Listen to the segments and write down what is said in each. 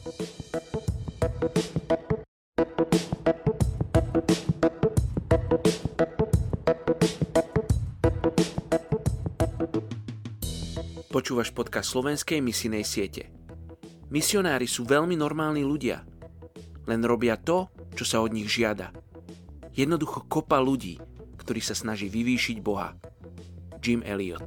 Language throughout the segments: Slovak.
Počúvaš podcast Slovenskej misijnej siete. Misionári sú veľmi normálni ľudia. Len robia to, čo sa od nich žiada. Jednoducho kopa ľudí, ktorí sa snaží vyvýšiť Boha. Jim Elliot.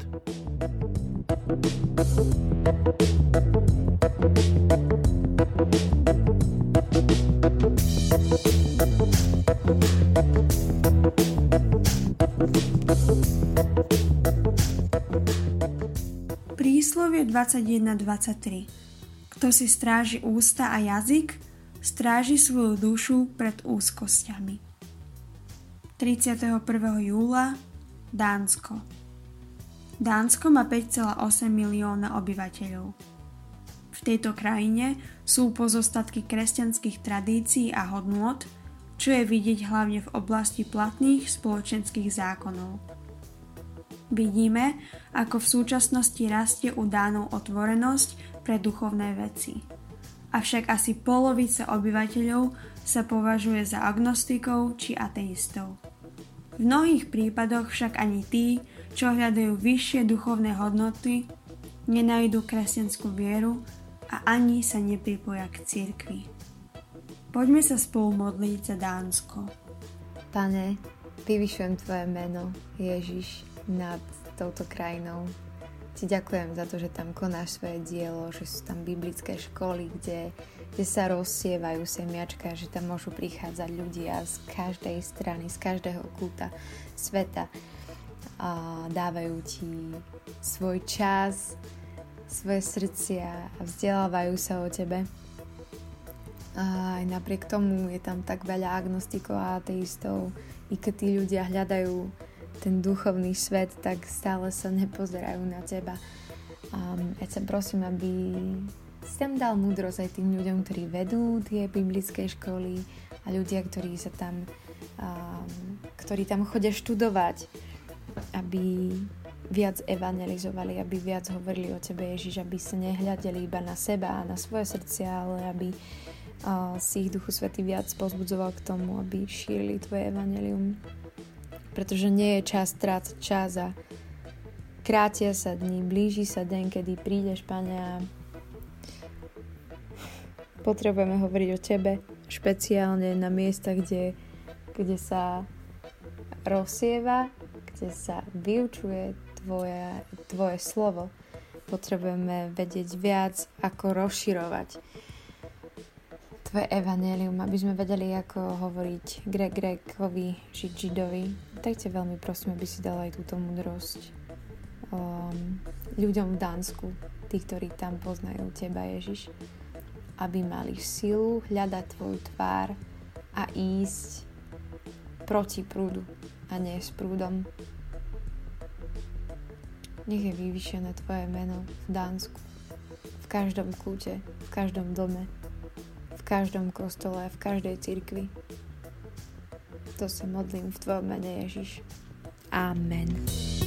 Príslovie 21:23. Kto si stráži ústa a jazyk, stráži svoju dušu pred úzkosťami. 31. júla, Dánsko. Dánsko má 5,8 milióna obyvateľov. V tejto krajine sú pozostatky kresťanských tradícií a hodnôt, čo je vidieť hlavne v oblasti platných spoločenských zákonov. Vidíme, ako v súčasnosti rastie u Dánov otvorenosť pre duchovné veci. Avšak asi polovica obyvateľov sa považuje za agnostikov či ateistov. V mnohých prípadoch však ani tí, čo hľadajú vyššie duchovné hodnoty, nenájdu kresťanskú vieru a ani sa nepripoja k cirkvi. Poďme sa spolu modliť za Dánsko. Pane, vyvyšujem Tvoje meno, Ježiš, nad touto krajinou. Ti ďakujem za to, že tam konáš svoje dielo, že sú tam biblické školy, kde sa rozsievajú semiačka, že tam môžu prichádzať ľudia z každej strany, z každého kúta sveta a dávajú ti svoj čas, svoje srdcia a vzdelávajú sa o tebe. A aj napriek tomu je tam tak veľa agnostikov a ateistov, i keď tí ľudia hľadajú ten duchovný svet, tak stále sa nepozerajú na teba. Ja sa prosím, aby si tam dal múdrosť aj tým ľuďom, ktorí vedú tie biblické školy a ľudia, ktorí tam chodia študovať, aby viac evangelizovali, aby viac hovorili o tebe, Ježiš, aby sa nehľadeli iba na seba a na svoje srdcia, ale aby si ich Duchu Svätý viac pozbudzoval k tomu, aby šírili tvoje evanjelium. Pretože nie je čas strácať čas a krátia sa dni, blíži sa deň, kedy prídeš, Pane, a potrebujeme hovoriť o tebe, špeciálne na miestach, kde sa rozsieva, kde sa vyučuje tvoje slovo. Potrebujeme vedieť viac, ako rozširovať tvoje evanjelium, aby sme vedeli, ako hovoriť Grékovi, Židovi. Tak ťa veľmi prosím, aby si dala aj túto múdrosť ľuďom v Dánsku, tí, ktorí tam poznajú teba, Ježiš, aby mali silu hľadať tvoju tvár a ísť proti prúdu a nie s prúdom. Nech je vyvýšené tvoje meno v Dánsku, v každom kúte, v každom dome, v každom kostole, v každej cirkvi. To sa modlím v tvojom mene, Ježiš. Amen.